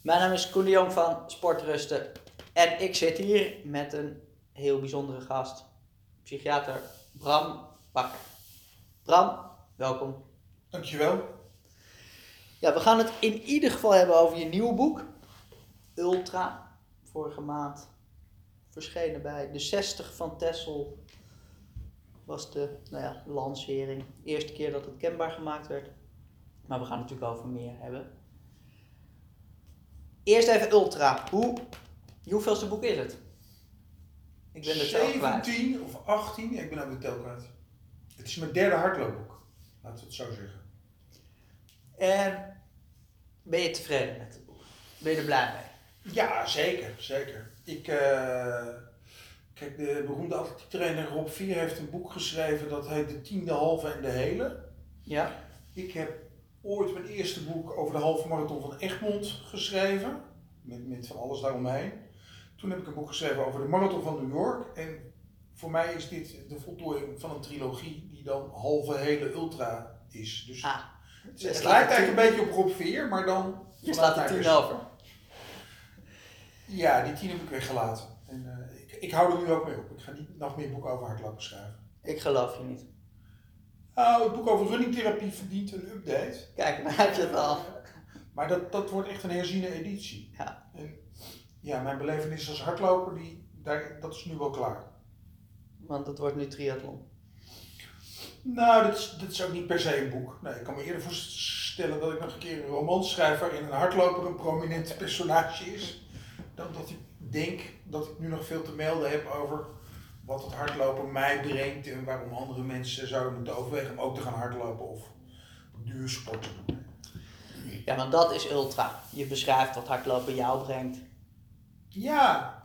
Mijn naam is Koen de Jong van Sportrusten en ik zit hier met een heel bijzondere gast, psychiater Bram Bakker. Bram, welkom. Dankjewel. Ja, we gaan het in ieder geval hebben over je nieuwe boek, Ultra, vorige maand verschenen bij de 60 van Texel. Was de lancering, de eerste keer dat het kenbaar gemaakt werd. Maar we gaan het natuurlijk over meer hebben. Eerst even Ultra. Hoeveelste boek is het? Ik ben er zelf kwijt. 17 of 18, ik ben ook de tel kwijt. Het is mijn derde hardloopboek, laten we het zo zeggen. En ben je tevreden met het boek? Ben je er blij mee? Ja, zeker. Kijk, de beroemde atletiektrainer Rob Vier heeft een boek geschreven dat heet De Tiende, Halve en de Hele. Ja. Ik heb ooit mijn eerste boek over de halve marathon van Egmond geschreven, met van alles daaromheen. Toen heb ik een boek geschreven over de marathon van New York. En voor mij is dit de voltooiing van een trilogie die dan halve hele ultra is. Dus het lijkt eigenlijk een beetje op Rob Veer, maar dan... Je slaat er 10 over. Ja, die 10 heb ik weggelaten. En ik hou er nu ook mee op. Ik ga niet nog meer boeken over hardlopen schrijven. Ik geloof je niet. Nou, het boek over runningtherapie verdient een update. Kijk, dan heb je het al. Maar dat wordt echt een herziene editie. Ja. En ja, mijn belevenis als hardloper, dat is nu wel klaar. Want het wordt nu triathlon. Nou, dit is ook niet per se een boek. Nee, ik kan me eerder voorstellen dat ik nog een keer een roman schrijf waarin een hardloper een prominent personage is. Dan dat ik denk dat ik nu nog veel te melden heb over wat het hardlopen mij brengt en waarom andere mensen zouden moeten overwegen om ook te gaan hardlopen of duursport te doen. Ja, want dat is ultra. Je beschrijft wat hardlopen jou brengt. Ja,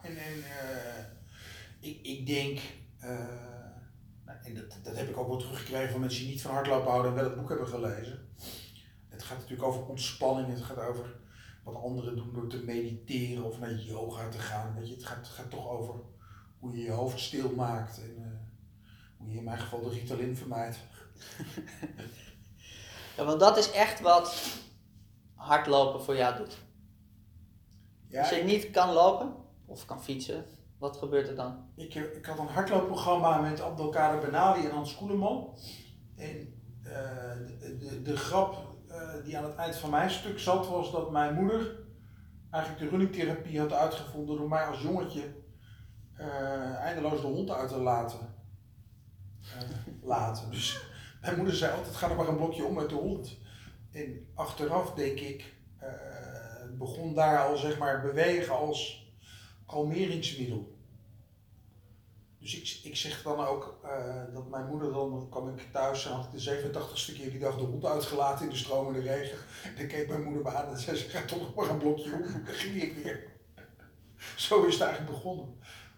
ik denk, en dat heb ik ook wel teruggekregen van mensen die niet van hardlopen houden en wel het boek hebben gelezen. Het gaat natuurlijk over ontspanning, het gaat over wat anderen doen door te mediteren of naar yoga te gaan. Weet je, het gaat toch over hoe je je hoofd stil maakt en hoe je in mijn geval de Ritalin vermijdt. Ja, want dat is echt wat hardlopen voor jou doet. Ja, Als je niet kan lopen of kan fietsen, wat gebeurt er dan? Ik had een hardloopprogramma met Abdelkader Benali en Hans Koeleman. En de grap die aan het eind van mijn stuk zat was dat mijn moeder eigenlijk de runningtherapie had uitgevonden door mij als jongetje eindeloos de hond uit te laten. Dus mijn moeder zei altijd, ga er maar een blokje om met de hond. En achteraf denk ik, begon daar al zeg maar bewegen als kalmeringsmiddel. Dus ik zeg dan ook dat mijn moeder dan kwam ik thuis en had ik de 87ste keer die dag de hond uitgelaten in de stromende regen. En dan keek mijn moeder me aan en zei ze, ga toch nog maar een blokje om. Dan ging ik weer. Zo is het eigenlijk begonnen.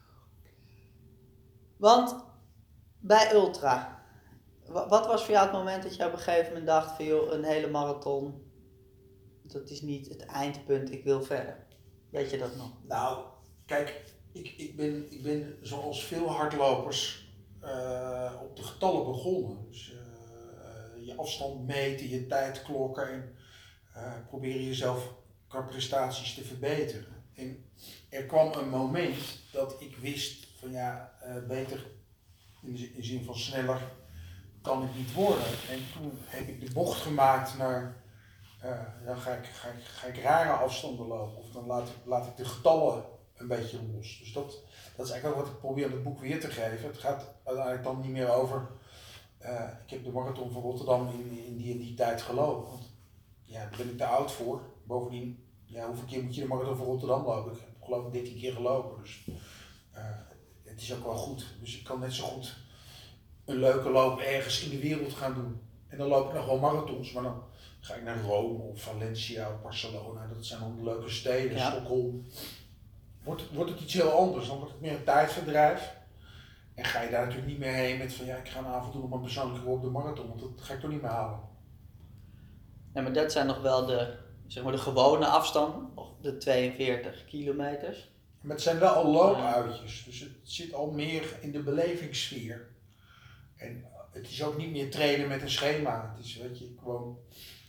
Want bij Ultra, wat was voor jou het moment dat je op een gegeven moment dacht van joh, een hele marathon, dat is niet het eindpunt, ik wil verder. Weet je dat nog? Nou, kijk, ik ben zoals veel hardlopers op de getallen begonnen. Dus je afstand meten, je tijd klokken en proberen jezelf qua prestaties te verbeteren. En er kwam een moment dat ik wist van ja, beter in de zin van sneller kan ik niet worden. En toen heb ik de bocht gemaakt naar dan ga ik rare afstanden lopen of dan laat ik de getallen een beetje los. Dus dat is eigenlijk ook wat ik probeer in het boek weer te geven. Het gaat uiteindelijk dan niet meer over, ik heb de marathon van Rotterdam in die tijd gelopen. Want ja, daar ben ik te oud voor. Bovendien, ja, hoeveel keer moet je de marathon van Rotterdam lopen? Ik heb geloof ik 13 keer gelopen. Dus het is ook wel goed. Dus ik kan net zo goed een leuke loop ergens in de wereld gaan doen. En dan loop ik nog wel marathons, maar dan ga ik naar Rome of Valencia of Barcelona. Dat zijn allemaal leuke steden, Ja. Stockholm. Wordt het iets heel anders, dan wordt het meer een tijdverdrijf. En ga je daar natuurlijk niet meer heen met van ja, ik ga een avond doen op mijn persoonlijke op de marathon, want dat ga ik toch niet meer halen. Ja, maar dat zijn nog wel de gewone afstanden, nog de 42 kilometers. Maar het zijn wel al loopuitjes, dus het zit al meer in de belevingssfeer. En het is ook niet meer trainen met een schema. Het is, weet je, gewoon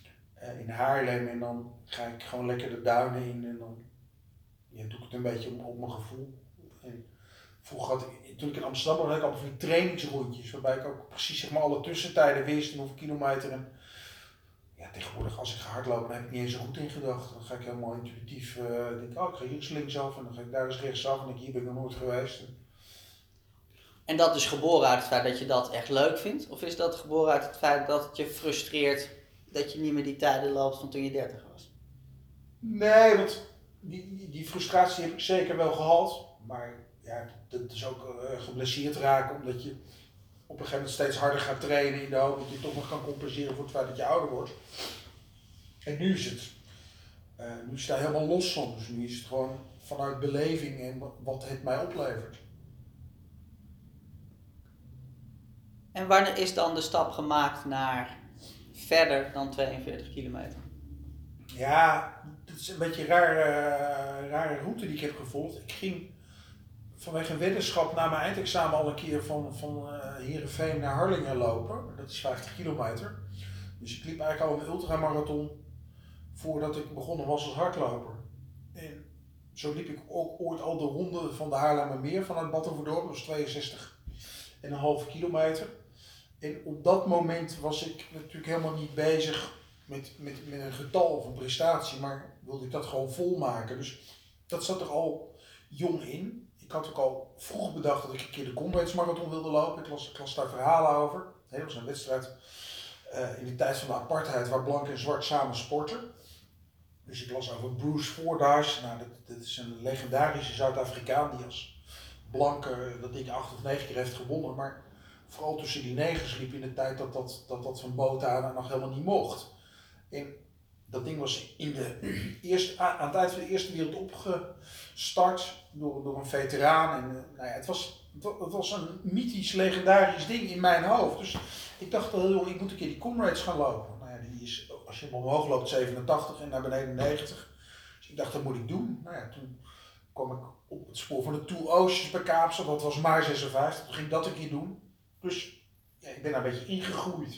in Haarlem en dan ga ik gewoon lekker de duinen in en dan doe ik het een beetje op mijn gevoel. En vroeger had ik, toen ik in Amsterdam was, had ik altijd van die trainingsrondjes waarbij ik ook precies zeg maar alle tussentijden wist en hoeveel kilometer. En ja, tegenwoordig als ik ga hardlopen, dan heb ik niet eens zo goed in gedacht. Dan ga ik helemaal intuïtief denken, ik ga hier eens linksaf en dan ga ik daar eens rechtsaf en dan denk ik, hier ben ik nog nooit geweest. En dat is geboren uit het feit dat je dat echt leuk vindt? Of is dat geboren uit het feit dat het je frustreert dat je niet meer die tijden loopt van toen je 30 was? Nee, want die frustratie heb ik zeker wel gehad. Maar ja, dat is ook geblesseerd raken omdat je op een gegeven moment steeds harder gaat trainen in de hoop dat je toch nog kan compenseren voor het feit dat je ouder wordt. En nu is het, nu sta je helemaal los van. Dus nu is het gewoon vanuit beleving en wat het mij oplevert. En wanneer is dan de stap gemaakt naar verder dan 42 kilometer? Ja, het is een beetje een rare route die ik heb gevolgd. Ik ging vanwege een weddenschap na mijn eindexamen al een keer van Heerenveen naar Harlingen lopen. Dat is 50 kilometer. Dus ik liep eigenlijk al een ultramarathon voordat ik begonnen was als hardloper. En zo liep ik ook ooit al de ronde van de Haarlemmermeer vanuit Battenverdorp. Dat was 62,5 kilometer. En op dat moment was ik natuurlijk helemaal niet bezig met een getal of een prestatie, maar wilde ik dat gewoon volmaken. Dus dat zat er al jong in. Ik had ook al vroeg bedacht dat ik een keer de Comrades Marathon wilde lopen. Ik las daar verhalen over. Dat was een wedstrijd in de tijd van de apartheid waar blank en zwart samen sporten. Dus ik las over Bruce Fordyce. Nou, dat is een legendarische Zuid-Afrikaan die als blanke dat ding 8 of 9 keer heeft gewonnen. Maar vooral tussen die negers liep in de tijd dat van boten aan nog helemaal niet mocht. En dat ding was aan het eind van de Eerste Wereld opgestart door een veteraan. En, nou ja, het was een mythisch, legendarisch ding in mijn hoofd. Dus ik dacht al heel jong, ik moet een keer die Comrades gaan lopen. Nou ja, die is, als je omhoog loopt 87 en naar beneden 90. Dus ik dacht, dat moet ik doen. Nou ja, toen kwam ik op het spoor van de Two Oceans bij Kaapstad. Dat was maar 56. Toen ging ik dat een keer doen. Dus ja, ik ben daar een beetje ingegroeid.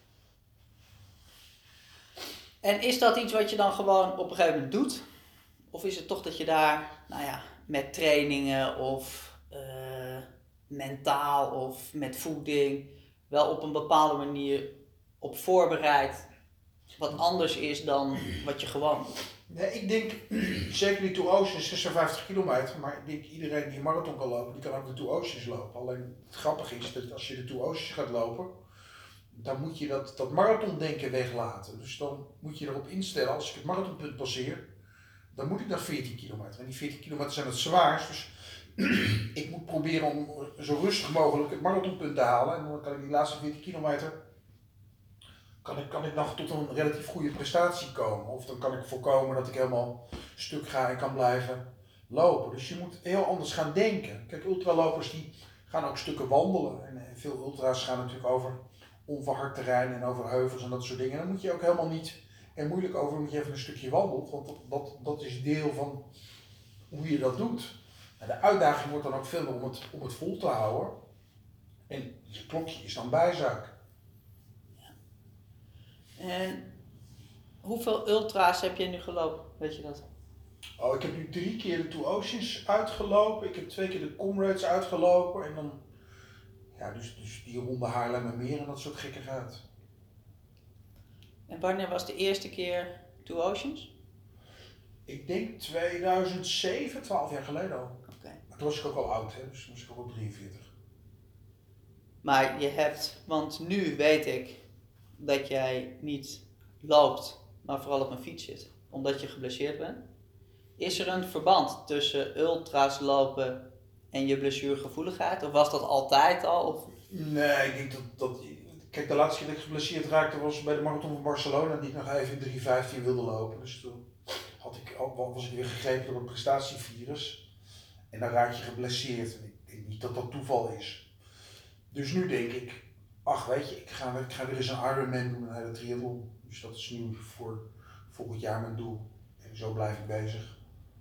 En is dat iets wat je dan gewoon op een gegeven moment doet? Of is het toch dat je daar, met trainingen of mentaal of met voeding wel op een bepaalde manier op voorbereidt wat anders is dan wat je gewoon doet? Nee, ik denk, zeker die Two Oceans 56 kilometer, maar ik denk iedereen die een marathon kan lopen, die kan ook de Two Oceans lopen. Alleen het grappige is dat als je de Two Oceans gaat lopen, dan moet je dat marathondenken weglaten. Dus dan moet je erop instellen, als ik het marathonpunt passeer, dan moet ik naar 14 kilometer. En die 14 kilometer zijn het zwaarst, dus ik moet proberen om zo rustig mogelijk het marathonpunt te halen. En dan kan ik die laatste 14 kilometer, kan ik nog tot een relatief goede prestatie komen. Of dan kan ik voorkomen dat ik helemaal stuk ga en kan blijven lopen. Dus je moet heel anders gaan denken. Kijk, ultralopers die gaan ook stukken wandelen. En veel ultra's gaan natuurlijk over onverhard terrein en over heuvels en dat soort dingen. En dan moet je ook helemaal niet er moeilijk over omdat je even een stukje wandelt. Want dat is deel van hoe je dat doet. En de uitdaging wordt dan ook veel meer om het vol te houden. En je klokje is dan bijzaak. En hoeveel ultra's heb je nu gelopen? Weet je dat? Oh, ik heb nu 3 keer de Two Oceans uitgelopen. Ik heb 2 keer de Comrades uitgelopen. En dan, ja, dus die ronde Haarlemmermeer en dat soort gekkigheid. En wanneer was de eerste keer Two Oceans? Ik denk 2007, 12 jaar geleden al. Okay. Maar toen was ik ook al oud, hè? Dus toen was ik ook al 43. Maar je hebt, want nu weet ik dat jij niet loopt, maar vooral op een fiets zit, omdat je geblesseerd bent. Is er een verband tussen ultra's lopen en je blessuregevoeligheid? Of was dat altijd al? Of? Nee, ik denk dat kijk, de laatste keer dat ik geblesseerd raakte was bij de Marathon van Barcelona, die ik nog even in 3:15 wilde lopen. Dus toen was ik weer gegrepen door een prestatievirus. En dan raak je geblesseerd. En ik denk niet dat dat toeval is. Dus nu denk ik, ach weet je, ik ga weer eens een Ironman doen, een hele triathlon. Dus dat is nu voor volgend jaar mijn doel. En zo blijf ik bezig.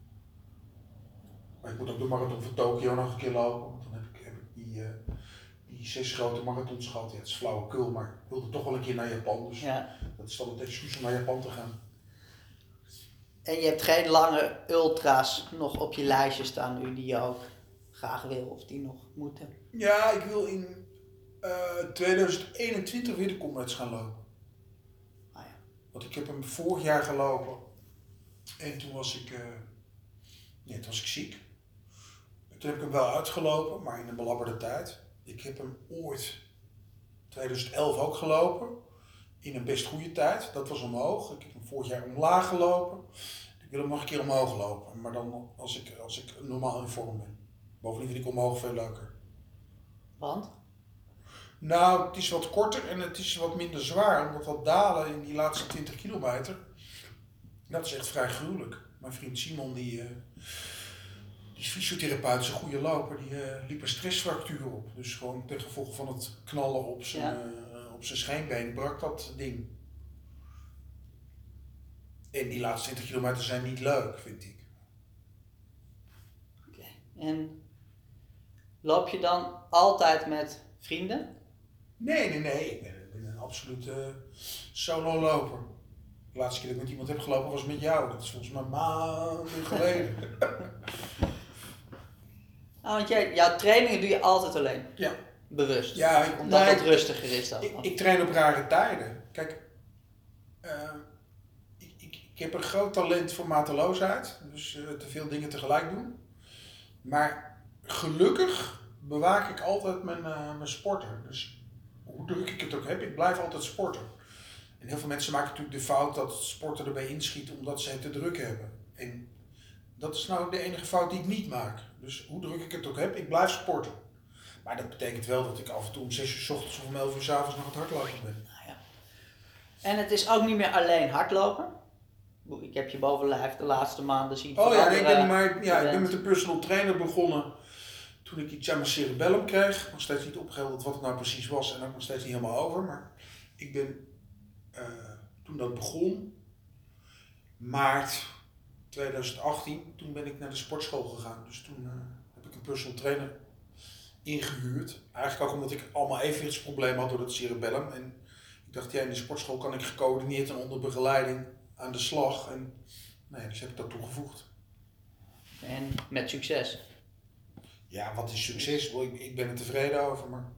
Maar ik moet ook de Marathon van Tokio nog een keer lopen, want dan heb ik die die 6 grote marathons gehad. Ja, het is flauwekul, maar ik wilde toch wel een keer naar Japan. Dus dat is dan het excuus om naar Japan te gaan. En je hebt geen lange ultra's nog op je lijstje staan nu die je ook graag wil of die nog moeten? Ja, ik wil in 2021 weer de Comrades gaan lopen. Ah, ja. Want ik heb hem vorig jaar gelopen. En toen was ik ziek. Toen heb ik hem wel uitgelopen, maar in een belabberde tijd. Ik heb hem ooit 2011 ook gelopen. In een best goede tijd. Dat was omhoog. Ik heb hem vorig jaar omlaag gelopen. Ik wil hem nog een keer omhoog lopen. Maar dan als ik normaal in vorm ben. Bovendien vind ik omhoog veel leuker. Want? Nou, het is wat korter en het is wat minder zwaar. Omdat dat dalen in die laatste 20 kilometer. Dat is echt vrij gruwelijk. Mijn vriend Simon die is fysiotherapeut, is een goede loper, die liep een stressfractuur op. Dus gewoon ten gevolge van het knallen op zijn scheenbeen brak dat ding. En die laatste 20 kilometer zijn niet leuk, vind ik. Oké. En loop je dan altijd met vrienden? Nee. Ik ben een absolute solo-loper. De laatste keer dat ik met iemand heb gelopen was met jou. Dat is volgens mij maanden geleden. Want jouw trainingen doe je altijd alleen? Ja. Bewust? Ja, omdat het rustiger is dan? Ik train op rare tijden. Kijk, ik heb een groot talent voor mateloosheid. Dus te veel dingen tegelijk doen. Maar gelukkig bewaak ik altijd mijn sporten. Dus hoe druk ik het ook heb, ik blijf altijd sporten. En heel veel mensen maken natuurlijk de fout dat sporten erbij inschiet omdat ze het te druk hebben. En dat is nou de enige fout die ik niet maak. Dus hoe druk ik het ook heb, ik blijf sporten. Maar dat betekent wel dat ik af en toe om 6 uur 's ochtends of om 11 uur 's avonds nog aan het hardlopen ben. Nou ja. En het is ook niet meer alleen hardlopen. Ik heb je bovenlijf de laatste maanden zien veranderen. Ik ben met een personal trainer begonnen toen ik iets aan mijn cerebellum kreeg. Nog steeds niet opgehelderd wat het nou precies was en ook nog steeds niet helemaal over. Maar ik ben toen dat begon, maart 2018, toen ben ik naar de sportschool gegaan. Dus toen heb ik een personal trainer ingehuurd. Eigenlijk ook omdat ik allemaal evenwichtsproblemen had door het cerebellum. En ik dacht, in de sportschool kan ik gecoördineerd en onder begeleiding aan de slag. En dus heb ik dat toegevoegd. En met succes? Ja, wat is succes? Ik ben er tevreden over, maar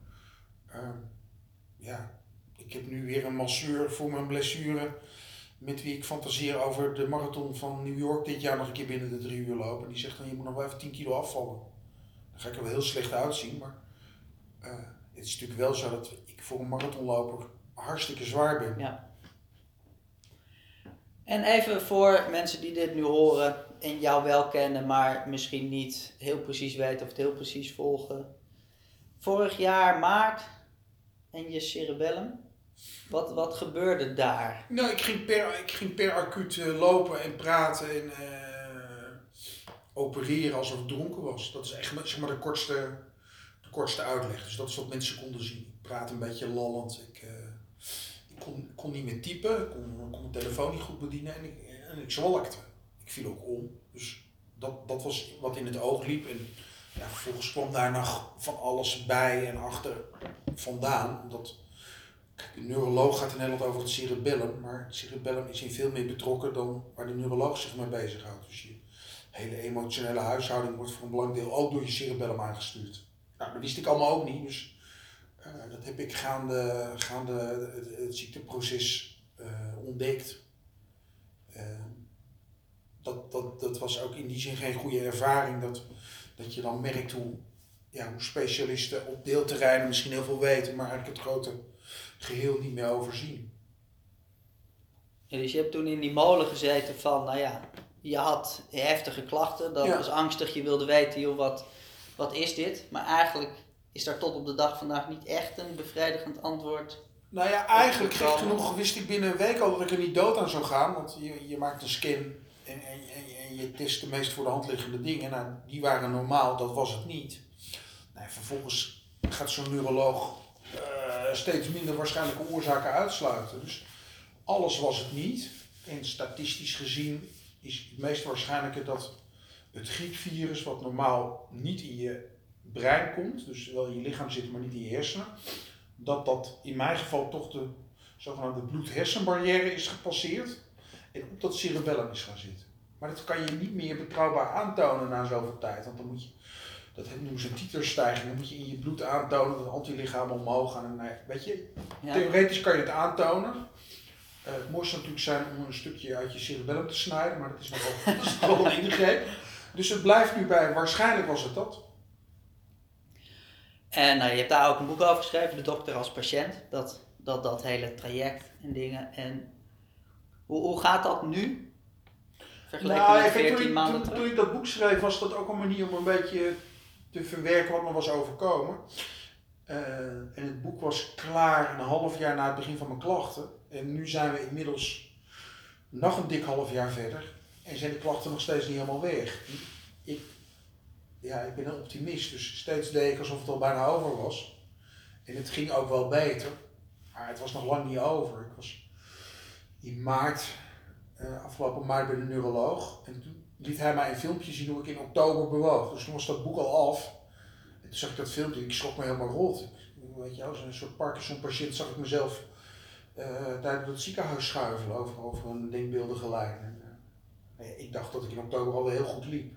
ik heb nu weer een masseur voor mijn blessure. Met wie ik fantaseer over de marathon van New York dit jaar nog een keer binnen de 3 uur lopen. En die zegt dan, je moet nog wel even 10 kilo afvallen. Dan ga ik er wel heel slecht uitzien, maar het is natuurlijk wel zo dat ik voor een marathonloper hartstikke zwaar ben. Ja. En even voor mensen die dit nu horen en jou wel kennen, maar misschien niet heel precies weten of het heel precies volgen. Vorig jaar maart en je cerebellum, wat gebeurde daar? Nou, ik ging per acuut lopen en praten en opereren alsof ik dronken was. Dat is echt zeg maar de kortste uitleg. Dus dat is wat mensen konden zien. Ik praat een beetje lallend. Ik kon niet meer typen. Ik kon mijn telefoon niet goed bedienen en ik zwalkte. Ik viel ook om. Dus dat was wat in het oog liep. En vervolgens kwam daar nog van alles bij en achter vandaan. Omdat de neuroloog gaat in Nederland over het cerebellum. Maar het cerebellum is in veel meer betrokken dan waar de neuroloog zich mee bezighoudt. Dus je hele emotionele huishouding wordt voor een belangrijk deel ook door je cerebellum aangestuurd. Nou, dat wist ik allemaal ook niet. Dus dat heb ik gaande het ziekteproces ontdekt. Dat was ook in die zin geen goede ervaring. Dat je dan merkt hoe specialisten op deelterreinen misschien heel veel weten, maar eigenlijk het grote geheel niet meer overzien. Ja, dus je hebt toen in die molen gezeten van, je had heftige klachten, dat was angstig, je wilde weten, joh, wat is dit? Maar eigenlijk is daar tot op de dag vandaag niet echt een bevredigend antwoord. Nou ja, eigenlijk gek genoeg wist ik binnen een week al dat ik er niet dood aan zou gaan. Want je maakt een scan en je test de meest voor de hand liggende dingen. Nou, die waren normaal, dat was het niet. Nou, vervolgens gaat zo'n neuroloog steeds minder waarschijnlijke oorzaken uitsluiten. Dus alles was het niet. En statistisch gezien is het meest waarschijnlijke dat het griepvirus, wat normaal niet in je brein komt, dus wel in je lichaam zit, maar niet in je hersenen, dat in mijn geval toch de zogenaamde bloed-hersenbarrière is gepasseerd en op dat cerebellum is gaan zitten. Maar dat kan je niet meer betrouwbaar aantonen na zoveel tijd, want dan moet je, dat noemen ze een titerstijging, dan moet je in je bloed aantonen dat antilichamen omhoog gaan. En, weet je, theoretisch kan je het aantonen. Het mooiste zou natuurlijk zijn om een stukje uit je cerebellum te snijden, maar dat is nogal een ingreep. Dus het blijft nu bij, waarschijnlijk was het dat. En je hebt daar ook een boek over geschreven, De Dokter als Patiënt. Dat hele traject en dingen. En hoe gaat dat nu? Vergeleken met 14 maanden terug? Toen ik dat boek schreef was dat ook een manier om een beetje te verwerken wat me was overkomen. En het boek was klaar een half jaar na het begin van mijn klachten. En nu zijn we inmiddels nog een dik half jaar verder. En zijn de klachten nog steeds niet helemaal weg. Ik ben een optimist, dus steeds deed ik alsof het al bijna over was. En het ging ook wel beter. Maar het was nog lang niet over. Ik was in maart, afgelopen maart bij de neuroloog. En toen liet hij mij een filmpje zien hoe ik in oktober bewoog. Dus toen was dat boek al af. En toen zag ik dat filmpje en ik schrok me helemaal rot. Weet je, als een soort Parkinson-patiënt zag ik mezelf tijdens het ziekenhuis schuiven over een denkbeeldige lijn. Ik dacht dat ik in oktober alweer heel goed liep.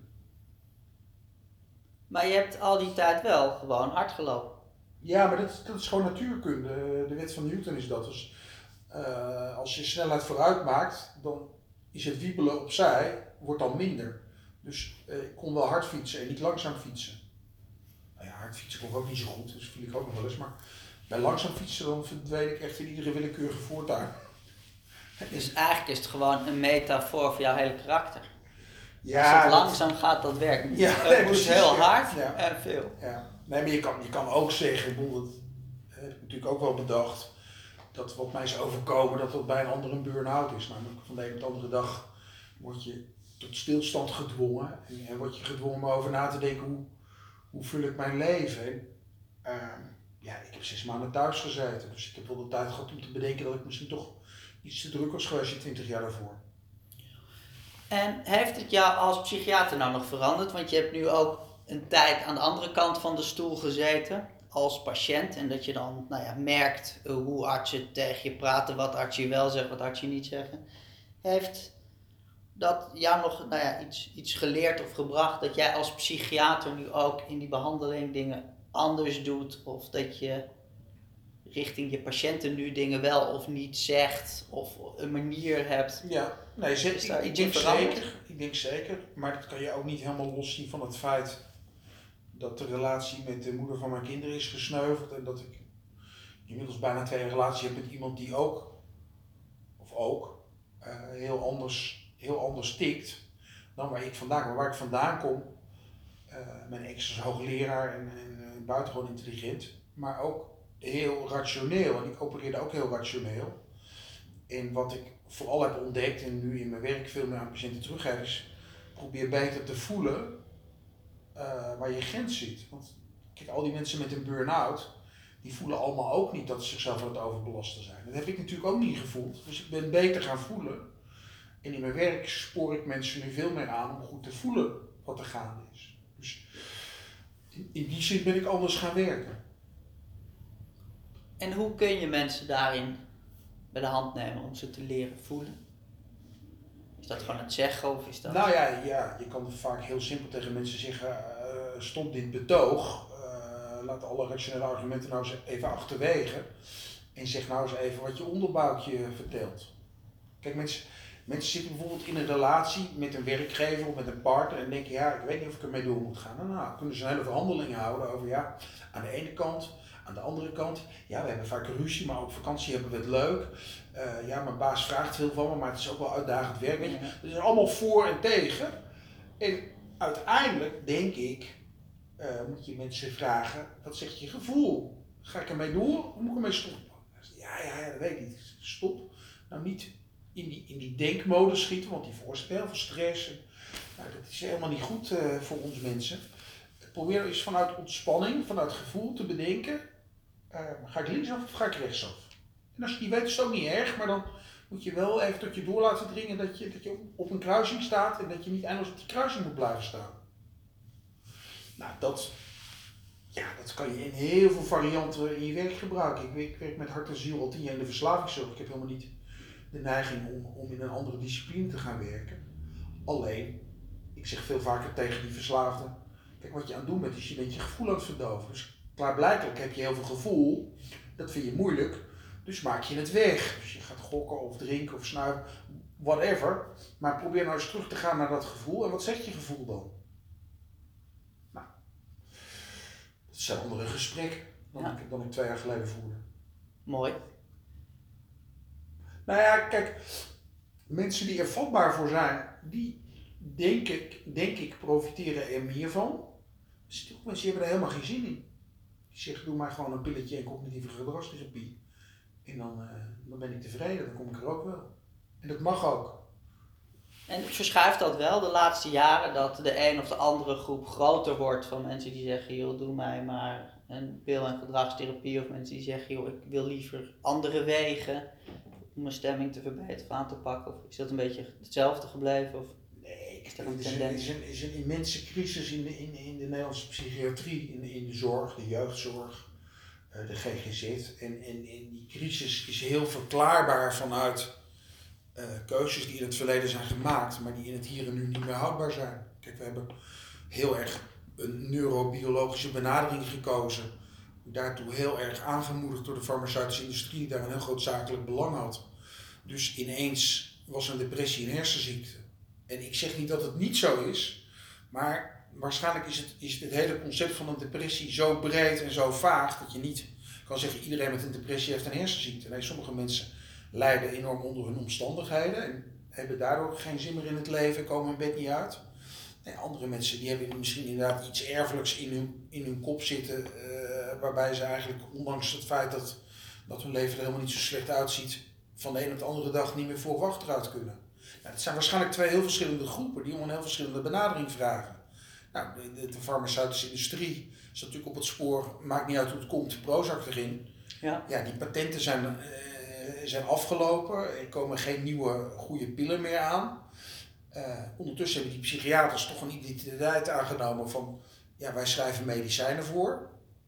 Maar je hebt al die tijd wel gewoon hard gelopen. Ja, maar dat is gewoon natuurkunde. De wet van Newton is dat. Dus als je snelheid vooruit maakt, dan is het wiebelen opzij, wordt dan minder. Dus ik kon wel hard fietsen en niet langzaam fietsen. Nou ja, hard fietsen kon ik ook niet zo goed, dus viel ik ook nog wel eens. Maar bij langzaam fietsen dan verdween ik echt in iedere willekeurige voortuin. Dus eigenlijk is het gewoon een metafoor voor jouw hele karakter. Ja, als het langzaam gaat, dat werkt niet. Het moet heel hard en veel. Ja. Nee, maar je kan ook zeggen, dat heb ik natuurlijk ook wel bedacht, dat wat mij is overkomen, dat bij een ander een burn-out is. Namelijk van de ene op de andere dag word je tot stilstand gedwongen. En word je gedwongen om over na te denken, hoe vul ik mijn leven? En, ik heb 6 maanden thuis gezeten. Dus ik heb wel de tijd gehad om te bedenken dat ik misschien toch iets te druk was geweest 20 jaar daarvoor. En heeft het jou als psychiater nou nog veranderd? Want je hebt nu ook een tijd aan de andere kant van de stoel gezeten als patiënt. En dat je dan merkt hoe artsen tegen je praten, wat artsen je wel zeggen, wat artsen je niet zeggen. Heeft dat jou nog iets geleerd of gebracht dat jij als psychiater nu ook in die behandeling dingen anders doet? Of dat je richting je patiënten nu dingen wel of niet zegt of een manier hebt? Ja, nee, ik denk zeker, maar dat kan je ook niet helemaal loszien van het feit dat de relatie met de moeder van mijn kinderen is gesneuveld en dat ik inmiddels bijna 2 jaar een relatie heb met iemand die ook heel anders tikt dan waar ik vandaan kom. Maar waar ik vandaan kom, mijn ex is hoogleraar en buitengewoon intelligent, maar ook heel rationeel en ik opereerde ook heel rationeel. En wat ik vooral heb ontdekt en nu in mijn werk veel meer aan patiënten teruggeef is, probeer beter te voelen waar je grens zit. Want kijk, al die mensen met een burn-out, die voelen allemaal ook niet dat ze zichzelf aan het overbelasten zijn. Dat heb ik natuurlijk ook niet gevoeld. Dus ik ben beter gaan voelen. En in mijn werk spoor ik mensen nu veel meer aan om goed te voelen wat er gaande is. Dus in die zin ben ik anders gaan werken. En hoe kun je mensen daarin bij de hand nemen om ze te leren voelen? Is dat gewoon het zeggen of is dat... Nou ja, je kan vaak heel simpel tegen mensen zeggen, stop dit betoog, laat alle rationele argumenten nou eens even achterwege en zeg nou eens even wat je onderbuikje vertelt. Kijk, mensen zitten bijvoorbeeld in een relatie met een werkgever of met een partner en denken, ik weet niet of ik ermee door moet gaan. Nou, kunnen ze een hele verhandeling houden over aan de ene kant, aan de andere kant, we hebben vaak ruzie, maar op vakantie hebben we het leuk. Mijn baas vraagt veel van me, maar het is ook wel uitdagend werk. Weet je? Dus het is allemaal voor en tegen. En uiteindelijk, denk ik, moet je mensen vragen, wat zegt je gevoel? Ga ik ermee door of moet ik ermee stoppen? Ja, dat weet ik niet. Stop. Nou, niet in die denkmodus schieten, want die veroorzaakt heel veel stress. Dat is helemaal niet goed voor ons mensen. Probeer eens vanuit ontspanning, vanuit gevoel te bedenken, ga ik linksaf of ga ik rechtsaf? En als je die weet is het ook niet erg, maar dan moet je wel even tot je door laten dringen dat je op een kruising staat en dat je niet eindeloos op die kruising moet blijven staan. Nou, Ja, dat kan je in heel veel varianten in je werk gebruiken. Ik werk met hart en ziel al 10 jaar in de verslavingszorg. Ik heb helemaal niet de neiging om in een andere discipline te gaan werken. Alleen, ik zeg veel vaker tegen die verslaafden, kijk wat je aan het doen bent, is je bent je gevoel aan het verdoven. Dus klaarblijkelijk heb je heel veel gevoel, dat vind je moeilijk, dus maak je het weg. Dus je gaat gokken of drinken of snuiven, whatever. Maar probeer nou eens terug te gaan naar dat gevoel. En wat zegt je gevoel dan? Nou, dat zijn andere gesprekken dan ik 2 jaar geleden voerde. Mooi. Nou ja, kijk, mensen die er vatbaar voor zijn, die denk ik profiteren er meer van. Stil, mensen hebben er helemaal geen zin in. Die zeggen, doe maar gewoon een pilletje en cognitieve gedragstherapie. En dan ben ik tevreden, dan kom ik er ook wel. En dat mag ook. En verschuift dat wel de laatste jaren, dat de een of de andere groep groter wordt van mensen die zeggen, joh, doe mij maar een pil- en gedragstherapie, of mensen die zeggen, joh, ik wil liever andere wegen om mijn stemming te verbeteren of aan te pakken? Of is dat een beetje hetzelfde gebleven? Of Nee, is er een tendens? er is een immense crisis in de Nederlandse psychiatrie, in de zorg, de jeugdzorg, de GGZ. En die crisis is heel verklaarbaar vanuit keuzes die in het verleden zijn gemaakt, maar die in het hier en nu niet meer houdbaar zijn. Kijk, we hebben heel erg een neurobiologische benadering gekozen. Daartoe heel erg aangemoedigd door de farmaceutische industrie, die daar een heel groot zakelijk belang had. Dus ineens was een depressie een hersenziekte. En ik zeg niet dat het niet zo is, maar waarschijnlijk is het hele concept van een depressie zo breed en zo vaag dat je niet kan zeggen iedereen met een depressie heeft een hersenziekte. Nee, sommige mensen lijden enorm onder hun omstandigheden en hebben daardoor geen zin meer in het leven, komen hun bed niet uit. Nee, andere mensen die hebben misschien inderdaad iets erfelijks in hun kop zitten, waarbij ze eigenlijk, ondanks het feit dat hun leven er helemaal niet zo slecht uitziet, van de een op de andere dag niet meer voor of achteruit kunnen. Nou, dat zijn waarschijnlijk 2 heel verschillende groepen die om een heel verschillende benadering vragen. Nou, de farmaceutische industrie is natuurlijk op het spoor, maakt niet uit hoe het komt, Prozac erin. Ja, die patenten zijn afgelopen, er komen geen nieuwe goede pillen meer aan. Ondertussen hebben die psychiaters toch een identiteit aangenomen van, ja, wij schrijven medicijnen voor.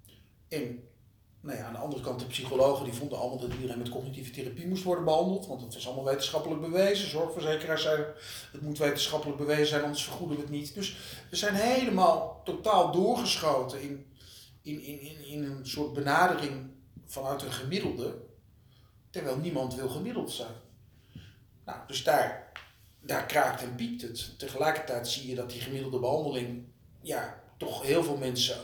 En nou ja, aan de andere kant de psychologen die vonden allemaal dat iedereen met cognitieve therapie moest worden behandeld, want het was allemaal wetenschappelijk bewezen. Zorgverzekeraars zeiden, het moet wetenschappelijk bewezen zijn, anders vergoeden we het niet. Dus we zijn helemaal totaal doorgeschoten in een soort benadering vanuit een gemiddelde, terwijl niemand wil gemiddeld zijn. Nou, dus daar kraakt en piept het. Tegelijkertijd zie je dat die gemiddelde behandeling, ja, toch heel veel mensen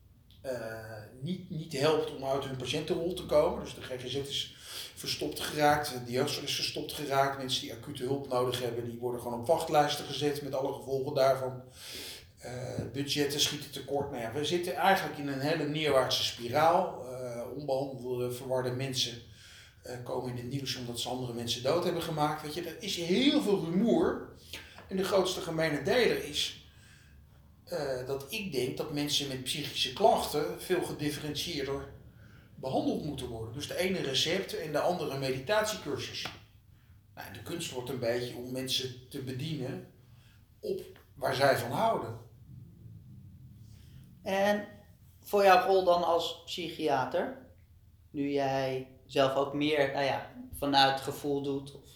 niet helpt om uit hun patiëntenrol te komen. Dus de GGZ is verstopt geraakt, de jeugdzorg is verstopt geraakt. Mensen die acute hulp nodig hebben, die worden gewoon op wachtlijsten gezet met alle gevolgen daarvan. Budgetten schieten tekort. Nou ja, we zitten eigenlijk in een hele neerwaartse spiraal. Onbehandelde, verwarde mensen komen in het nieuws omdat ze andere mensen dood hebben gemaakt. Weet je, er is heel veel rumoer. En de grootste gemene deler is dat ik denk dat mensen met psychische klachten veel gedifferentieerder behandeld moeten worden. Dus de ene recept en de andere meditatiecursus. Nou, de kunst wordt een beetje om mensen te bedienen op waar zij van houden. En voor jouw rol dan als psychiater, nu jij zelf ook meer vanuit gevoel doet, of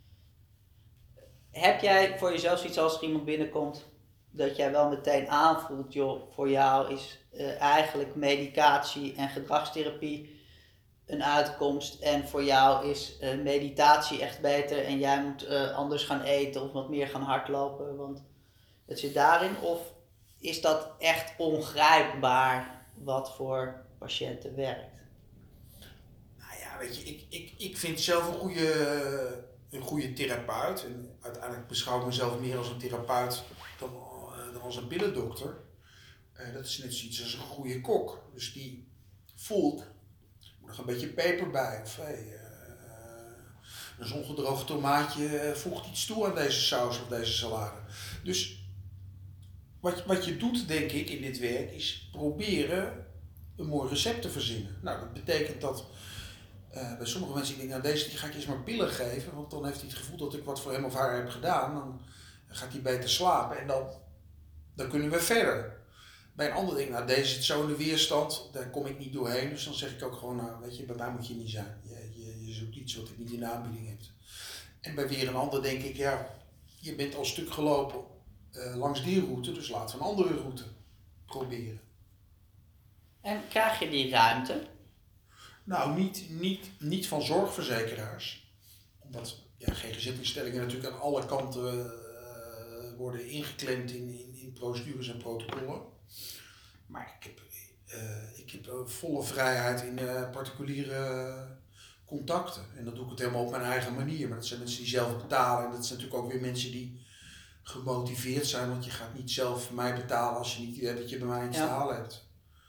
heb jij voor jezelf zoiets als er iemand binnenkomt dat jij wel meteen aanvoelt, joh, voor jou is eigenlijk medicatie en gedragstherapie een uitkomst en voor jou is meditatie echt beter en jij moet anders gaan eten of wat meer gaan hardlopen, want het zit daarin? Of is dat echt ongrijpbaar wat voor patiënten werkt? Nou ja, weet je, ik vind zelf een goede therapeut. En uiteindelijk beschouw ik mezelf meer als een therapeut dan als een pillendokter. Dat is net zoiets als een goede kok. Dus die voelt, er moet nog een beetje peper bij. Of een zongedroogd tomaatje voegt iets toe aan deze saus of deze salade. Dus wat je doet, denk ik, in dit werk, is proberen een mooi recept te verzinnen. Nou, dat betekent dat bij sommige mensen, ik denk, nou deze die ga ik eens maar pillen geven, want dan heeft hij het gevoel dat ik wat voor hem of haar heb gedaan. Dan gaat hij beter slapen en dan kunnen we verder. Bij een ander ding, nou deze zit zo in de weerstand, daar kom ik niet doorheen. Dus dan zeg ik ook gewoon, nou weet je, bij mij moet je niet zijn. Je zoekt iets wat ik niet in de aanbieding heb. En bij weer een ander denk ik, ja, je bent al een stuk gelopen langs die route, dus laten we een andere route proberen. En krijg je die ruimte? Nou, niet van zorgverzekeraars. Omdat GGZ-instellingen natuurlijk aan alle kanten worden ingeklemd in procedures en protocollen. Maar ik heb volle vrijheid in particuliere contacten. En dat doe ik het helemaal op mijn eigen manier. Maar dat zijn mensen die zelf betalen. En dat zijn natuurlijk ook weer mensen die gemotiveerd zijn. Want je gaat niet zelf mij betalen als je niet idee hebt dat je bij mij iets te halen hebt.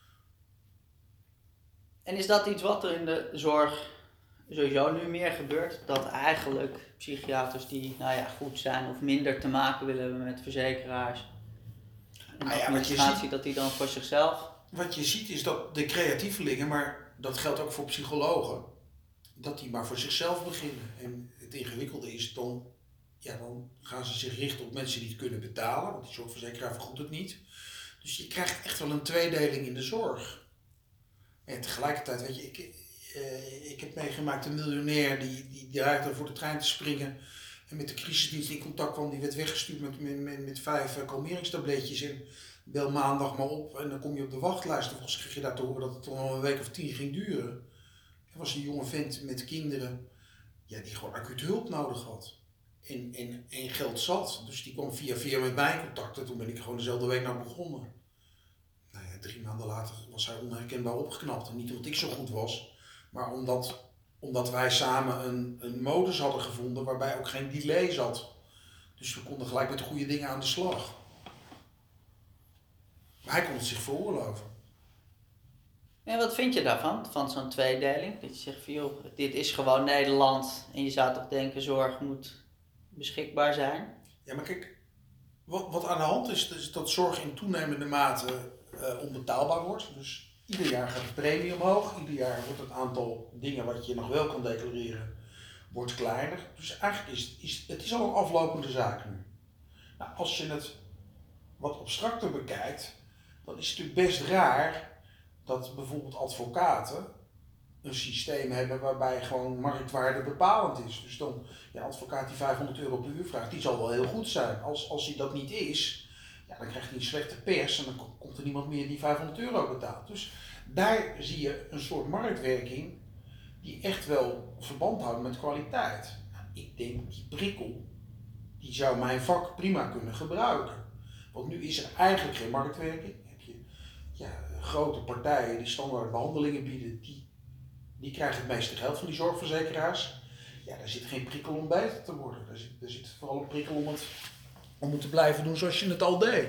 En is dat iets wat er in de zorg sowieso nu meer gebeurt? Dat eigenlijk psychiaters die goed zijn of minder te maken willen hebben met verzekeraars en administratie, dat die dan voor zichzelf... Wat je ziet is dat de creatievelingen, maar dat geldt ook voor psychologen, dat die maar voor zichzelf beginnen. En het ingewikkelde is dan gaan ze zich richten op mensen die het kunnen betalen, want die zorgverzekeraar vergoedt het niet. Dus je krijgt echt wel een tweedeling in de zorg. En tegelijkertijd, weet je, ik heb meegemaakt een miljonair die dreigde voor de trein te springen en met de crisisdienst in contact kwam. Die werd weggestuurd met 5 kalmeringstabletjes en bel maandag maar op en dan kom je op de wachtlijst. Vervolgens kreeg je daar te horen dat het nog een week of 10 ging duren. Er was een jonge vent met kinderen die gewoon acuut hulp nodig had. En geld zat. Dus die kwam via met mij in contact en toen ben ik gewoon dezelfde week naar begonnen. 3 maanden later was hij onherkenbaar opgeknapt. En niet omdat ik zo goed was, maar omdat wij samen een modus hadden gevonden waarbij ook geen delay zat. Dus we konden gelijk met de goede dingen aan de slag. Maar hij kon het zich veroorloven. En wat vind je daarvan, van zo'n tweedeling? Dat je zegt van joh, dit is gewoon Nederland en je zou toch denken zorg moet beschikbaar zijn? Ja, maar kijk, wat aan de hand is dat zorg in toenemende mate onbetaalbaar wordt. Dus ieder jaar gaat de premie omhoog, ieder jaar wordt het aantal dingen wat je nog wel kan declareren, wordt kleiner. Dus eigenlijk is het al een aflopende zaak nu. Nou, als je het wat abstracter bekijkt, dan is het natuurlijk best raar dat bijvoorbeeld advocaten een systeem hebben waarbij gewoon marktwaarde bepalend is. Dus dan, een advocaat die €500 per uur vraagt, die zal wel heel goed zijn. Als hij dat niet is, dan krijgt hij een slechte pers en dan komt er niemand meer die €500 betaalt. Dus daar zie je een soort marktwerking die echt wel verband houdt met kwaliteit. Nou, ik denk die prikkel, die zou mijn vak prima kunnen gebruiken. Want nu is er eigenlijk geen marktwerking. Heb je grote partijen die standaard behandelingen bieden, die krijgen het meeste geld van die zorgverzekeraars. Ja, daar zit geen prikkel om beter te worden. Daar zit vooral een prikkel om het te blijven doen zoals je het al deed.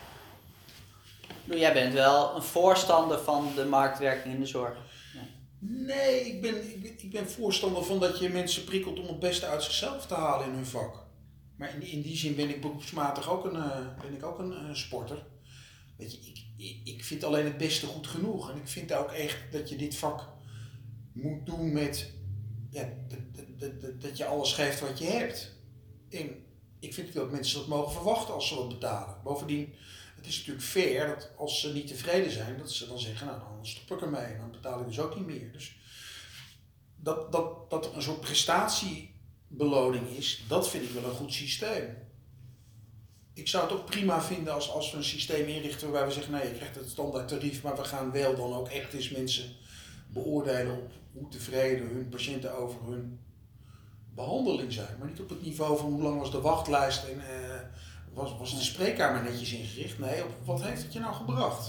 Jij bent wel een voorstander van de marktwerking in de zorg. Nee, ik ben voorstander van dat je mensen prikkelt om het beste uit zichzelf te halen in hun vak. Maar in die zin ben ik beroepsmatig ook een sporter. Weet je, ik vind alleen het beste goed genoeg. En ik vind ook echt dat je dit vak moet doen met dat je alles geeft wat je hebt. En ik vind dat mensen dat mogen verwachten als ze wat betalen. Bovendien, het is natuurlijk fair dat als ze niet tevreden zijn, dat ze dan zeggen, nou dan stop ik ermee en dan betaal ik dus ook niet meer. Dus dat er een soort prestatiebeloning is, dat vind ik wel een goed systeem. Ik zou het ook prima vinden als we een systeem inrichten waarbij we zeggen, nee, je krijgt het standaard tarief, maar we gaan wel dan ook echt eens mensen beoordelen op hoe tevreden hun patiënten over hun behandeling zijn. Maar niet op het niveau van hoe lang was de wachtlijst en was de spreekkamer netjes ingericht. Nee, op wat heeft het je nou gebracht?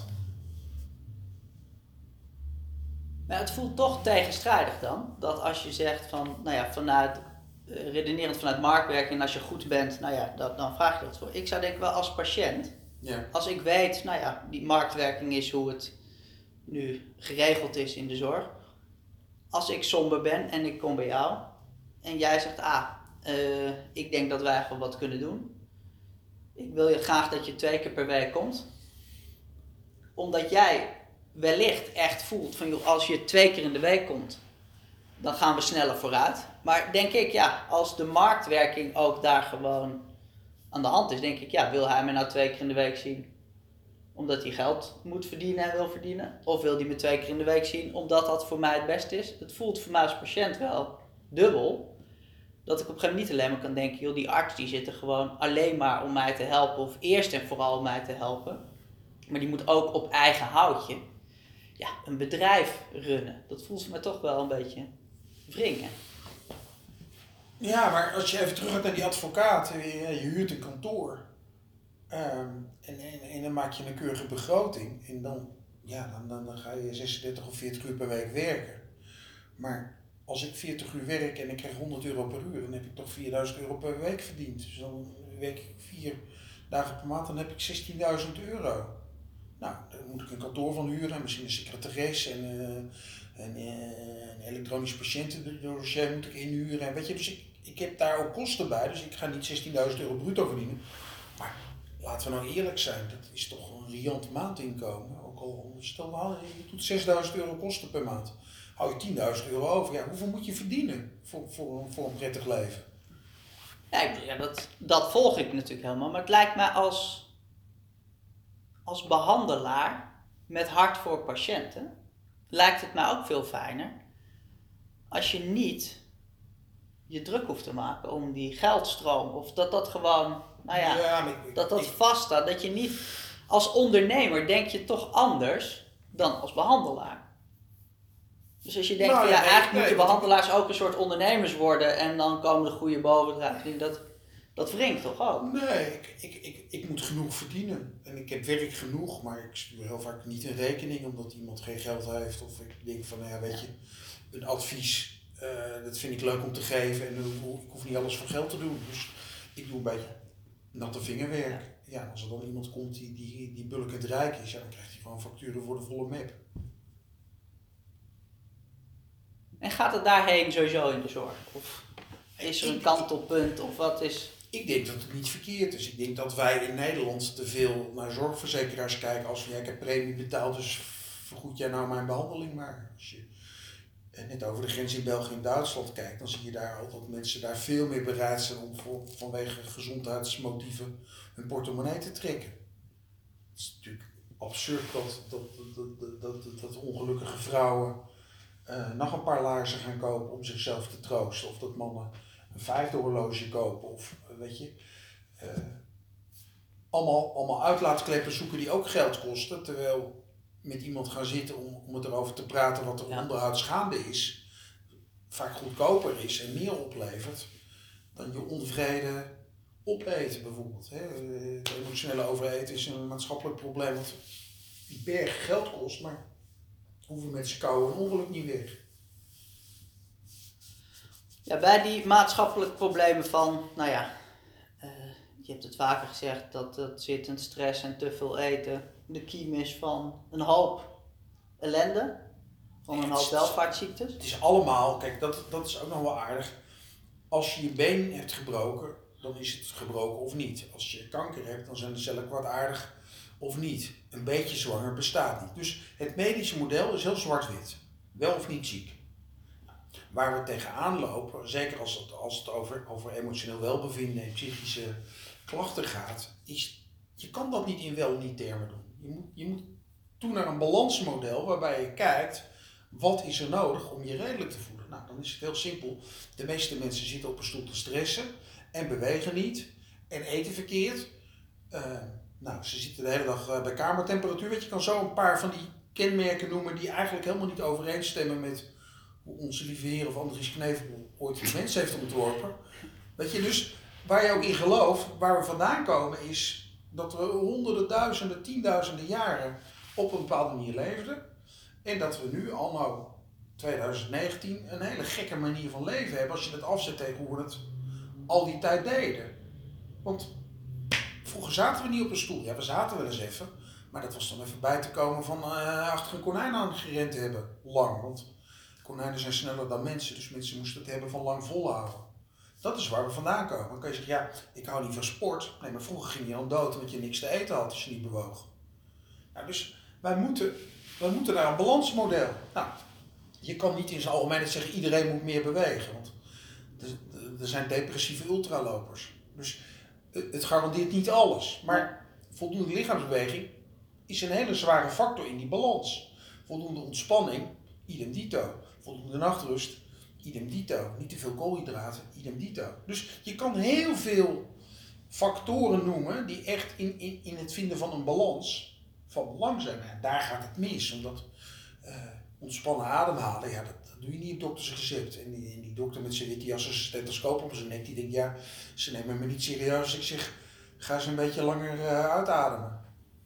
Maar het voelt toch tegenstrijdig dan, dat als je zegt van, redenerend vanuit marktwerking, als je goed bent, dan vraag je dat voor. Ik zou denken wel als patiënt, als ik weet, die marktwerking is hoe het nu geregeld is in de zorg. Als ik somber ben en ik kom bij jou en jij zegt, ik denk dat wij gewoon wat kunnen doen. Ik wil je graag dat je 2 keer per week komt. Omdat jij wellicht echt voelt van, joh, als je 2 keer in de week komt, dan gaan we sneller vooruit. Maar denk ik, als de marktwerking ook daar gewoon aan de hand is, denk ik, wil hij me nou 2 keer in de week zien? omdat hij geld moet verdienen en wil verdienen. Of wil hij me 2 keer in de week zien, omdat dat voor mij het beste is. Het voelt voor mij als patiënt wel dubbel. Dat ik op een gegeven moment niet alleen maar kan denken, joh, die arts die zit er gewoon alleen maar om mij te helpen. Of eerst en vooral om mij te helpen. Maar die moet ook op eigen houtje een bedrijf runnen. Dat voelt voor mij toch wel een beetje wringen. Ja, maar als je even terug gaat naar die advocaat, je huurt een kantoor. En dan maak je een keurige begroting. En dan ga je 36 of 40 uur per week werken. Maar als ik 40 uur werk en ik krijg 100 euro per uur, dan heb ik toch 4000 euro per week verdiend. Dus dan werk ik 4 dagen per maand, dan heb ik 16.000 euro. Nou, dan moet ik een kantoor van huren, misschien een secretaris en een elektronisch patiëntendossier moet ik inhuren. En weet je, dus ik heb daar ook kosten bij, dus ik ga niet 16.000 euro bruto verdienen. Maar laten we nou eerlijk zijn, dat is toch een riant maandinkomen. Ook al stel je doet 6.000 euro kosten per maand. Hou je 10.000 euro over. Ja, hoeveel moet je verdienen voor een prettig leven? Ja, dat volg ik natuurlijk helemaal. Maar het lijkt mij als behandelaar met hart voor patiënten, lijkt het mij ook veel fijner als je niet je druk hoeft te maken om die geldstroom. Of dat gewoon, dat vaststaat. Dat je niet, als ondernemer denk je toch anders dan als behandelaar. Dus als je denkt, eigenlijk moeten behandelaars ook een soort ondernemers worden en dan komen de goede bovendraad. Dat wringt toch ook? Nee, ik moet genoeg verdienen. En ik heb werk genoeg, maar ik stuur heel vaak niet een rekening omdat iemand geen geld heeft. Of ik denk van, weet je, een advies, dat vind ik leuk om te geven en ik hoef niet alles voor geld te doen. Dus ik doe een beetje natte vingerwerk. Ja, als er dan iemand komt die bulkend rijk is, dan krijgt hij gewoon facturen voor de volle map. En gaat het daarheen sowieso in de zorg? Of is er een kantelpunt of wat is? Ik denk dat het niet verkeerd is. Ik denk dat wij in Nederland te veel naar zorgverzekeraars kijken als van ik heb premie betaald, dus vergoed jij nou mijn behandeling maar. Als je net over de grens in België en Duitsland kijkt, dan zie je daar al dat mensen daar veel meer bereid zijn om vanwege gezondheidsmotieven hun portemonnee te trekken. Het is natuurlijk absurd dat ongelukkige vrouwen nog een paar laarzen gaan kopen om zichzelf te troosten. Of dat mannen een 5e horloge kopen. Of weet je. Allemaal uitlaatkleppen zoeken die ook geld kosten. Terwijl met iemand gaan zitten om het erover te praten wat er onderhoudsgaande is. Vaak goedkoper is en meer oplevert dan je onvrede opeten bijvoorbeeld. Het emotionele overeten is een maatschappelijk probleem wat die berg geld kost. Maar hoeven met z'n kou en ongeluk niet weg. Ja, bij die maatschappelijke problemen van, je hebt het vaker gezegd dat zittend stress en te veel eten de kiem is van een hoop ellende, van een hoop welvaartsziektes. Het is allemaal, kijk, dat is ook nog wel aardig. Als je je been hebt gebroken, dan is het gebroken of niet. Als je kanker hebt, dan zijn de cellen kwaadaardig of niet. Een beetje zwanger bestaat niet. Dus het medische model is heel zwart-wit. Wel of niet ziek. Waar we tegenaan lopen, zeker als het over emotioneel welbevinden en psychische klachten gaat, is je kan dat niet in wel- en niet termen doen. Je moet toe naar een balansmodel waarbij je kijkt, wat is er nodig om je redelijk te voelen? Nou, dan is het heel simpel. De meeste mensen zitten op een stoel te stressen en bewegen niet en eten verkeerd. Ze zitten de hele dag bij kamertemperatuur. Weet je, kan zo een paar van die kenmerken noemen die eigenlijk helemaal niet overeenstemmen met hoe onze lieve heer of Andries Knevel ooit de mens heeft ontworpen. Weet je, dus waar je ook in gelooft, waar we vandaan komen is dat we honderden, duizenden, tienduizenden jaren op een bepaalde manier leefden. En dat we nu anno 2019 een hele gekke manier van leven hebben als je het afzet tegen hoe we het al die tijd deden. Want vroeger zaten we niet op een stoel. Ja, we zaten wel eens even. Maar dat was dan even bij te komen van achter een konijn aan gerend te hebben. Lang. Want konijnen zijn sneller dan mensen. Dus mensen moesten het hebben van lang volhouden. Dat is waar we vandaan komen. Dan kan je zeggen, ja, ik hou niet van sport. Nee, maar vroeger ging je al dood omdat je niks te eten had als je niet bewoog. Nou, dus wij moeten naar een balansmodel. Nou, je kan niet in zijn algemeenheid zeggen, iedereen moet meer bewegen. Want er zijn depressieve ultralopers. Dus het garandeert niet alles. Maar voldoende lichaamsbeweging is een hele zware factor in die balans. Voldoende ontspanning, idem dito. Voldoende nachtrust, idem dito. Niet te veel koolhydraten, idem dito. Dus je kan heel veel factoren noemen die echt in het vinden van een balans van belang zijn. En daar gaat het mis, omdat ontspannen ademhalen, ja, dat doe je niet op dokters recept. En die dokter met zijn witte jas en zijn stethoscoop op zijn nek, die denkt, ja, ze nemen me niet serieus als ik zeg, ga eens een beetje langer uitademen.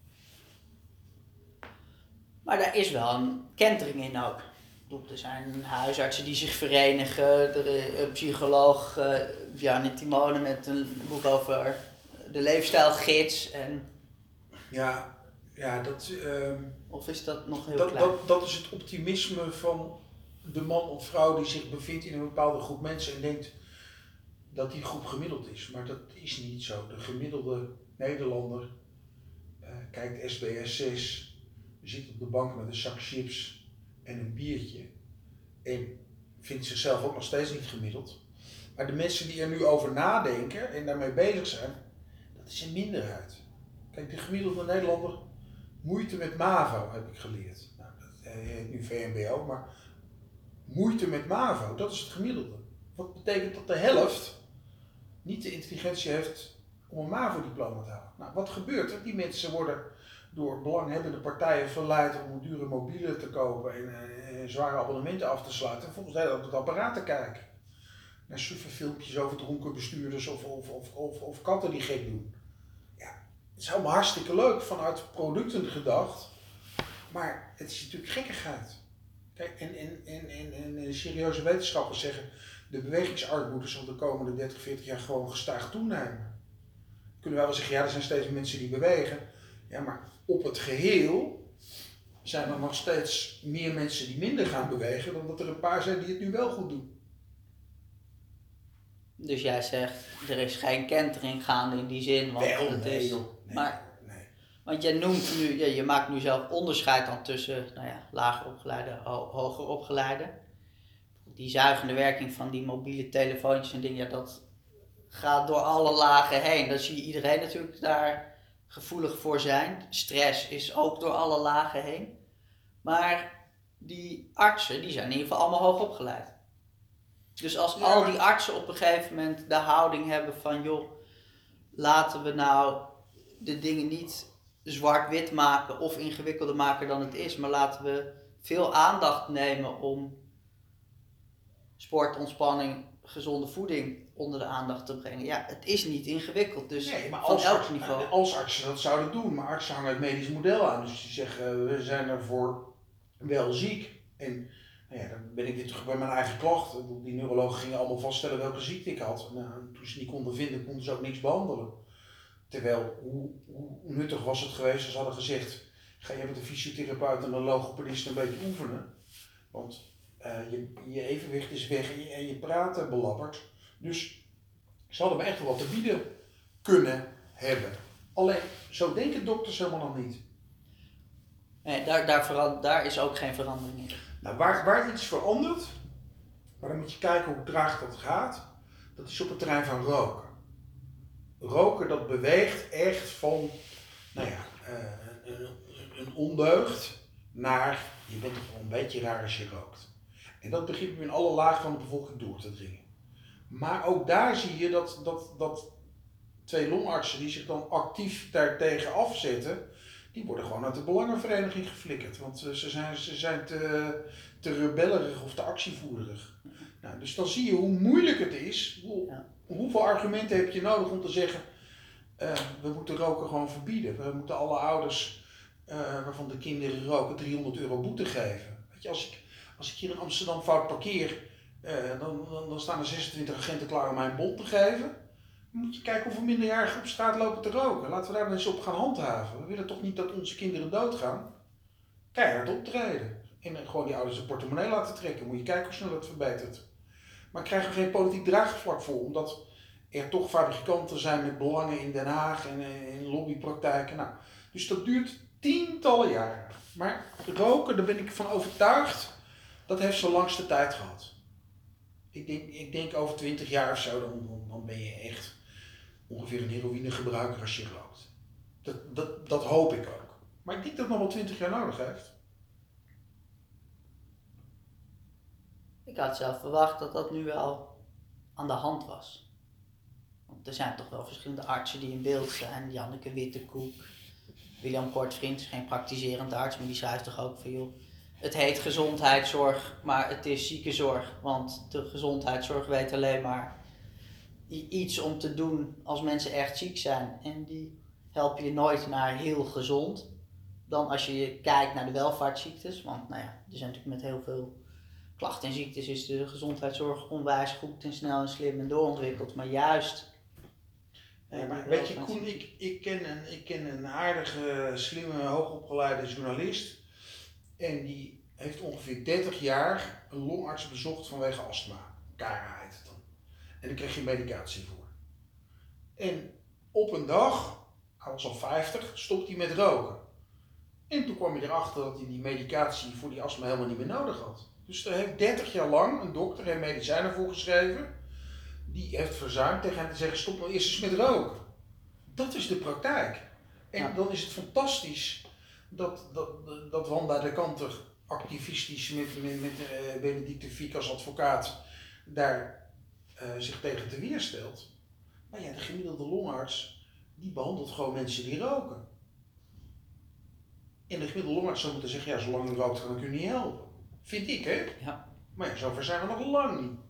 Maar daar is wel een kentering in ook. Er zijn huisartsen die zich verenigen, er is een psycholoog, Bjarne Timone met een boek over de leefstijlgids. En... Ja, dat... Of is dat nog heel klein? Dat is het optimisme van de man of vrouw die zich bevindt in een bepaalde groep mensen en denkt dat die groep gemiddeld is. Maar dat is niet zo. De gemiddelde Nederlander kijkt SBS 6, zit op de bank met een zak chips en een biertje en vindt zichzelf ook nog steeds niet gemiddeld. Maar de mensen die er nu over nadenken en daarmee bezig zijn, dat is een minderheid. Kijk, de gemiddelde Nederlander, moeite met MAVO heb ik geleerd. Nou, dat heet nu VMBO, maar moeite met MAVO, dat is het gemiddelde. Wat betekent dat de helft niet de intelligentie heeft om een MAVO-diploma te halen. Nou, wat gebeurt er? Die mensen worden door belanghebbende partijen verleid om een dure mobiele te kopen en zware abonnementen af te sluiten. En volgens mij op het apparaat te kijken. Naar suffe filmpjes over dronken bestuurders of katten die gek doen. Ja, het is allemaal hartstikke leuk vanuit producten gedacht. Maar het is natuurlijk gekkigheid. Kijk, en serieuze wetenschappers zeggen, de bewegingsarmoede zal de komende 30, 40 jaar gewoon gestaag toenemen. Kunnen wij wel zeggen, ja, er zijn steeds mensen die bewegen. Ja, maar op het geheel zijn er nog steeds meer mensen die minder gaan bewegen dan dat er een paar zijn die het nu wel goed doen. Dus jij zegt, er is geen kentering gaande in die zin, want wel, het nee, is... joh. Nee, maar, nee. Want jij noemt nu, je maakt nu zelf onderscheid dan tussen, lager opgeleide, hoger opgeleide. Die zuigende werking van die mobiele telefoontjes en dingen, dat gaat door alle lagen heen. Daar zie je iedereen natuurlijk daar gevoelig voor zijn. Stress is ook door alle lagen heen. Maar die artsen, die zijn in ieder geval allemaal hoog opgeleid. Dus als al die artsen op een gegeven moment de houding hebben van, joh, laten we nou de dingen niet zwart-wit maken of ingewikkelder maken dan het is, maar laten we veel aandacht nemen om sport, ontspanning, gezonde voeding onder de aandacht te brengen. Ja, het is niet ingewikkeld, dus nee, maar van elk niveau. Als artsen dat zouden doen, maar artsen hangen het medisch model aan. Dus die zeggen, we zijn ervoor wel ziek. En nou ja, dan ben ik weer terug bij mijn eigen klacht. Die neurologen gingen allemaal vaststellen welke ziekte ik had. Nou, toen ze die konden vinden, konden ze ook niks behandelen. Terwijl, hoe nuttig was het geweest als ze hadden gezegd, ga je met een fysiotherapeut en een logopedist een beetje oefenen. Want je evenwicht is weg en je praten belabberd. Dus ze hadden me echt wel wat te bieden kunnen hebben. Alleen, zo denken dokters helemaal nog niet. Nee, daar is ook geen verandering in. Nou, waar iets verandert, maar dan moet je kijken hoe traag dat gaat, dat is op het terrein van roken. Roken, dat beweegt echt van, een ondeugd naar, je bent toch wel een beetje raar als je rookt. En dat begint nu in alle lagen van de bevolking door te dringen. Maar ook daar zie je dat twee longartsen die zich dan actief daartegen afzetten, die worden gewoon uit de belangenvereniging geflikkerd. Want ze zijn te rebellerig of te actievoerderig. Nou, dus dan zie je hoe moeilijk het is. Hoeveel argumenten heb je nodig om te zeggen, we moeten roken gewoon verbieden. We moeten alle ouders waarvan de kinderen roken €300 boete geven. Weet je, als ik hier in Amsterdam fout parkeer, dan staan er 26 agenten klaar om mij een bon te geven. Dan moet je kijken hoeveel minderjarigen op straat lopen te roken. Laten we daar eens op gaan handhaven. We willen toch niet dat onze kinderen doodgaan? Keihard optreden. En gewoon die ouders een portemonnee laten trekken. Moet je kijken hoe snel dat verbetert. Maar krijgen we geen politiek draagvlak voor, omdat er toch fabrikanten zijn met belangen in Den Haag en in lobbypraktijken. Nou, dus dat duurt tientallen jaren. Maar roken, daar ben ik van overtuigd, dat heeft zijn langste tijd gehad. Ik denk over 20 jaar of zo, dan ben je echt ongeveer een heroïnegebruiker als je rookt. Dat hoop ik ook. Maar ik denk dat het nog wel 20 jaar nodig heeft. Ik had zelf verwacht dat dat nu wel aan de hand was. Want er zijn toch wel verschillende artsen die in beeld zijn. Janneke Wittekoek, William Kortvriend is geen praktiserend arts, maar die schrijft toch ook van joh, het heet gezondheidszorg, maar het is ziekenzorg. Want de gezondheidszorg weet alleen maar iets om te doen als mensen echt ziek zijn. En die helpen je nooit naar heel gezond. Dan als je kijkt naar de welvaartsziektes, want nou ja, er zijn natuurlijk met heel veel klachten en ziektes is de gezondheidszorg onwijs goed en snel en slim en doorontwikkeld. Maar juist... Maar weet je Koen, ik ken een aardige, slimme, hoogopgeleide journalist. En die heeft ongeveer 30 jaar een longarts bezocht vanwege astma. Kara heet het dan. En daar kreeg je medicatie voor. En op een dag, hij was al 50, stopte hij met roken. En toen kwam hij erachter dat hij die medicatie voor die astma helemaal niet meer nodig had. Dus er heeft 30 jaar lang een dokter hem medicijnen voor geschreven. Die heeft verzuimd tegen hem te zeggen, stop nou eerst eens met roken. Dat is de praktijk. En Ja. dan is het fantastisch dat Wanda de Kanter activistisch met Benedicte Fiek als advocaat daar zich tegen te weer stelt. Maar ja, de gemiddelde longarts die behandelt gewoon mensen die roken. En de gemiddelde longarts zou moeten zeggen, ja, zolang u rookt kan ik u niet helpen. Vind ik, hè? Ja. Maar ja, zover zijn we nog lang niet.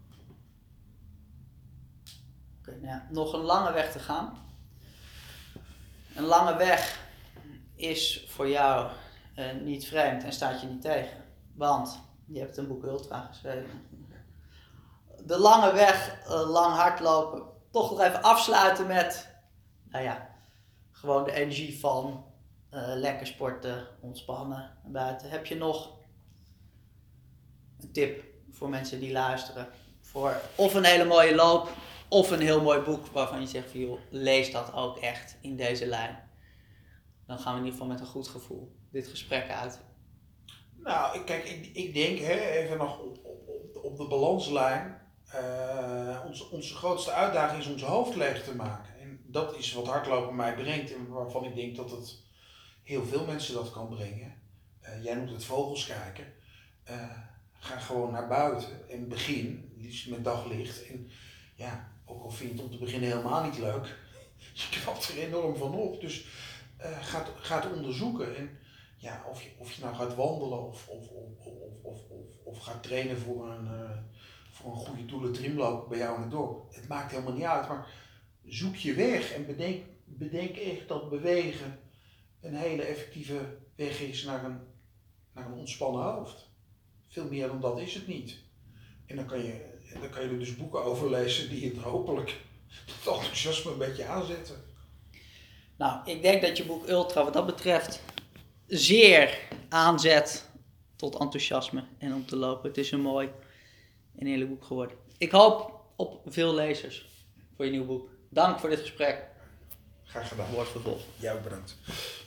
Oké, nou ja, nog een lange weg te gaan. Een lange weg is voor jou niet vreemd en staat je niet tegen. Want je hebt een boek Ultra geschreven. De lange weg, lang hardlopen. Toch nog even afsluiten met, nou ja, gewoon de energie van lekker sporten, ontspannen naar buiten. Heb je nog een tip voor mensen die luisteren? Voor of een hele mooie loop, of een heel mooi boek waarvan je zegt van joh, lees dat ook echt in deze lijn. Dan gaan we in ieder geval met een goed gevoel dit gesprek uit. Nou, ik denk, hè, even nog op de balanslijn. Onze grootste uitdaging is ons hoofd leeg te maken. En dat is wat hardlopen mij brengt en waarvan ik denk dat het heel veel mensen dat kan brengen. Jij noemt het vogels kijken. Ga gewoon naar buiten en begin, liefst met daglicht. En ja, ook al vind je het om te beginnen helemaal niet leuk, je knapt er enorm van op. Dus ga het onderzoeken. En ja, of je nou gaat wandelen of gaat trainen voor een goede doelen trimloop bij jou in het dorp. Het maakt helemaal niet uit, maar zoek je weg en bedenk echt dat bewegen een hele effectieve weg is naar een ontspannen hoofd. Veel meer dan dat is het niet. En dan kan je er dus boeken over lezen die het hopelijk tot enthousiasme een beetje aanzetten. Nou, ik denk dat je boek Ultra wat dat betreft zeer aanzet tot enthousiasme en om te lopen. Het is een mooi en eerlijk boek geworden. Ik hoop op veel lezers voor je nieuw boek. Dank voor dit gesprek. Graag gedaan. Wordt vervolgd. Jij ook bedankt.